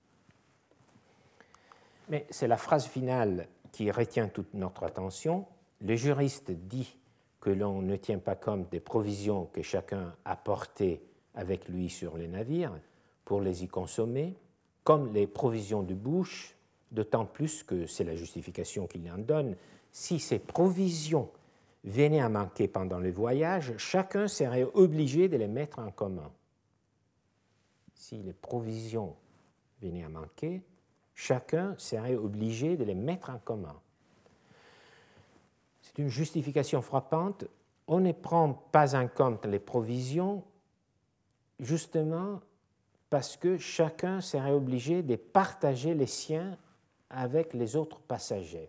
Mais c'est la phrase finale qui retient toute notre attention. Le juriste dit que l'on ne tient pas compte des provisions que chacun a portées avec lui sur les navires pour les y consommer, comme les provisions de bouche, d'autant plus que c'est la justification qu'il en donne. Si ces provisions venaient à manquer pendant le voyage, chacun serait obligé de les mettre en commun. Si les provisions venaient à manquer, chacun serait obligé de les mettre en commun. C'est une justification frappante. On ne prend pas en compte les provisions justement parce que chacun serait obligé de partager les siens avec les autres passagers.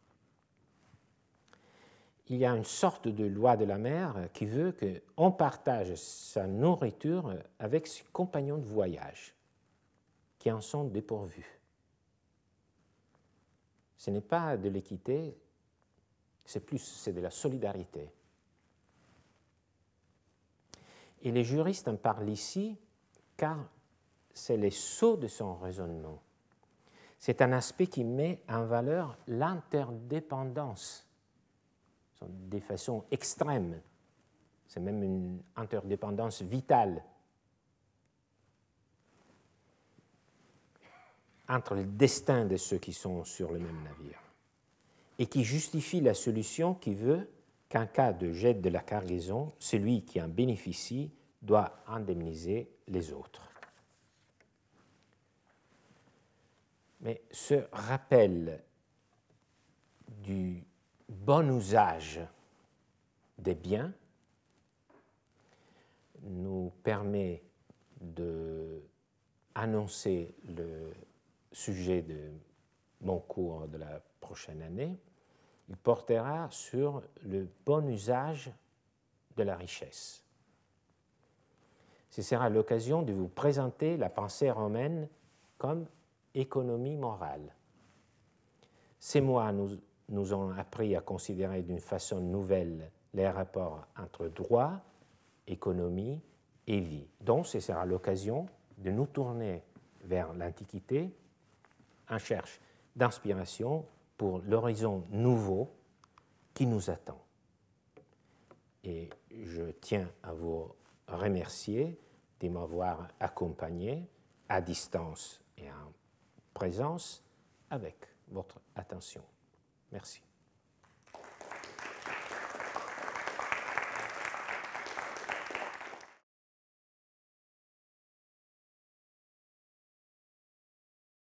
Il y a une sorte de loi de la mer qui veut qu'on partage sa nourriture avec ses compagnons de voyage qui en sont dépourvus. Ce n'est pas de l'équité, c'est plus, c'est de la solidarité. Et les juristes en parlent ici car c'est le sceau de son raisonnement. C'est un aspect qui met en valeur l'interdépendance de façon extrême. C'est même une interdépendance vitale entre le destin de ceux qui sont sur le même navire et qui justifie la solution qui veut qu'en cas de gête de la cargaison, celui qui en bénéficie doit indemniser les autres. Mais ce rappel du bon usage des biens nous permet d'annoncer le sujet de mon cours de la prochaine année. Il portera sur le bon usage de la richesse. Ce sera l'occasion de vous présenter la pensée romaine comme économie morale. Ces mois nous, nous ont appris à considérer d'une façon nouvelle les rapports entre droit, économie et vie. Donc, ce sera l'occasion de nous tourner vers l'Antiquité en cherche d'inspiration pour l'horizon nouveau qui nous attend. Et je tiens à vous remercier de m'avoir accompagné à distance et en présence avec votre attention.